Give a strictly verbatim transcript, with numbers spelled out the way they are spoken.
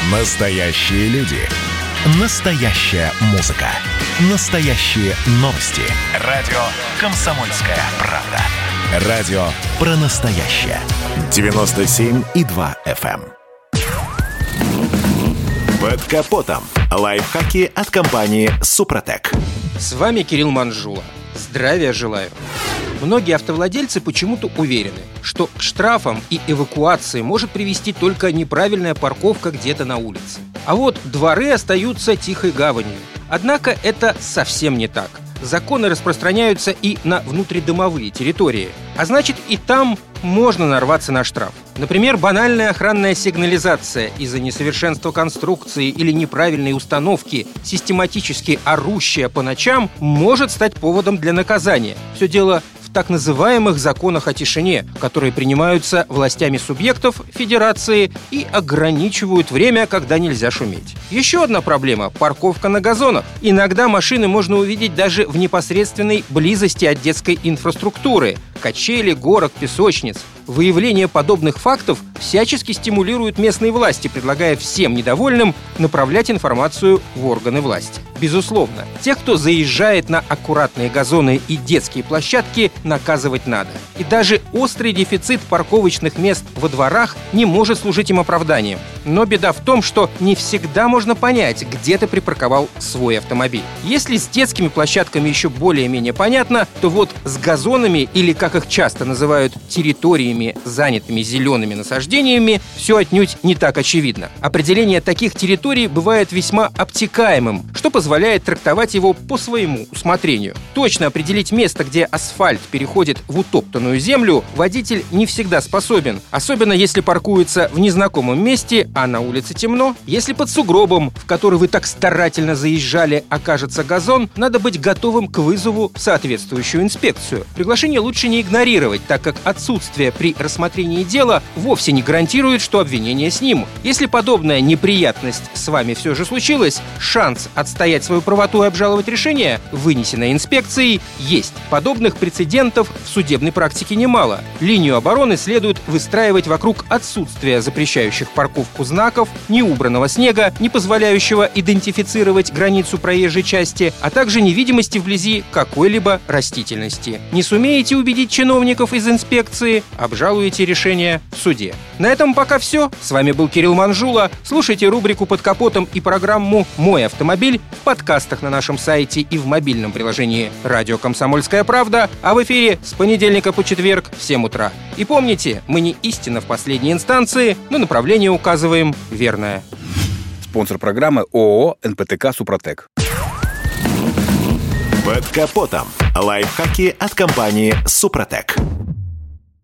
Настоящие люди. Настоящая музыка. Настоящие новости. Радио «Комсомольская правда». Радио про настоящее. девяносто семь и два эф эм. Под капотом. Лайфхаки от компании «Супротек». С вами Кирилл Манжула. Здравия желаю. Многие автовладельцы почему-то уверены, что к штрафам и эвакуации может привести только неправильная парковка где-то на улице. А вот дворы остаются тихой гаванью. Однако это совсем не так. Законы распространяются и на внутридомовые территории, а значит, и там можно нарваться на штраф. Например, банальная охранная сигнализация из-за несовершенства конструкции или неправильной установки, систематически орущая по ночам, может стать поводом для наказания. Все дело в так называемых законах о тишине, которые принимаются властями субъектов федерации и ограничивают время, когда нельзя шуметь. Еще одна проблема – парковка на газонах. Иногда машины можно увидеть даже в непосредственной близости от детской инфраструктуры – качели, горок, песочниц. Выявление подобных фактов всячески стимулирует местные власти, предлагая всем недовольным направлять информацию в органы власти. Безусловно, тех, кто заезжает на аккуратные газоны и детские площадки, наказывать надо. И даже острый дефицит парковочных мест во дворах не может служить им оправданием. Но беда в том, что не всегда можно понять, где ты припарковал свой автомобиль. Если с детскими площадками еще более-менее понятно, то вот с газонами, или как их часто называют, территориями, занятыми зелеными насаждениями, все отнюдь не так очевидно. Определение таких территорий бывает весьма обтекаемым, что позволяет трактовать его по своему усмотрению. Точно определить место, где асфальт переходит в утоптанную землю, водитель не всегда способен, особенно если паркуется в незнакомом месте, а на улице темно. Если под сугробом, в который вы так старательно заезжали, окажется газон, надо быть готовым к вызову в соответствующую инспекцию. Приглашение лучше не игнорировать, так как отсутствие при рассмотрении дела вовсе не гарантирует, что обвинение снимут. Если подобная неприятность с вами все же случилась, шанс отстоять свою правоту и обжаловать решение, вынесенное инспекцией, есть. Подобных прецедентов в судебной практике немало. Линию обороны следует выстраивать вокруг отсутствия запрещающих парковку знаков, неубранного снега, не позволяющего идентифицировать границу проезжей части, а также невидимости вблизи какой-либо растительности. Не сумеете убедить чиновников из инспекции, обжалуете решение в суде. На этом пока все. С вами был Кирилл Манжула. Слушайте рубрику «Под капотом» и программу «Мой автомобиль» в подкастах на нашем сайте и в мобильном приложении «Радио Комсомольская правда», а в эфире с понедельника по четверг в семь утра. И помните, мы не истина в последней инстанции, но направление указываем верное. Спонсор программы ООО эн пэ тэ ка «Супротек». Под капотом. Лайфхаки от компании «Супротек».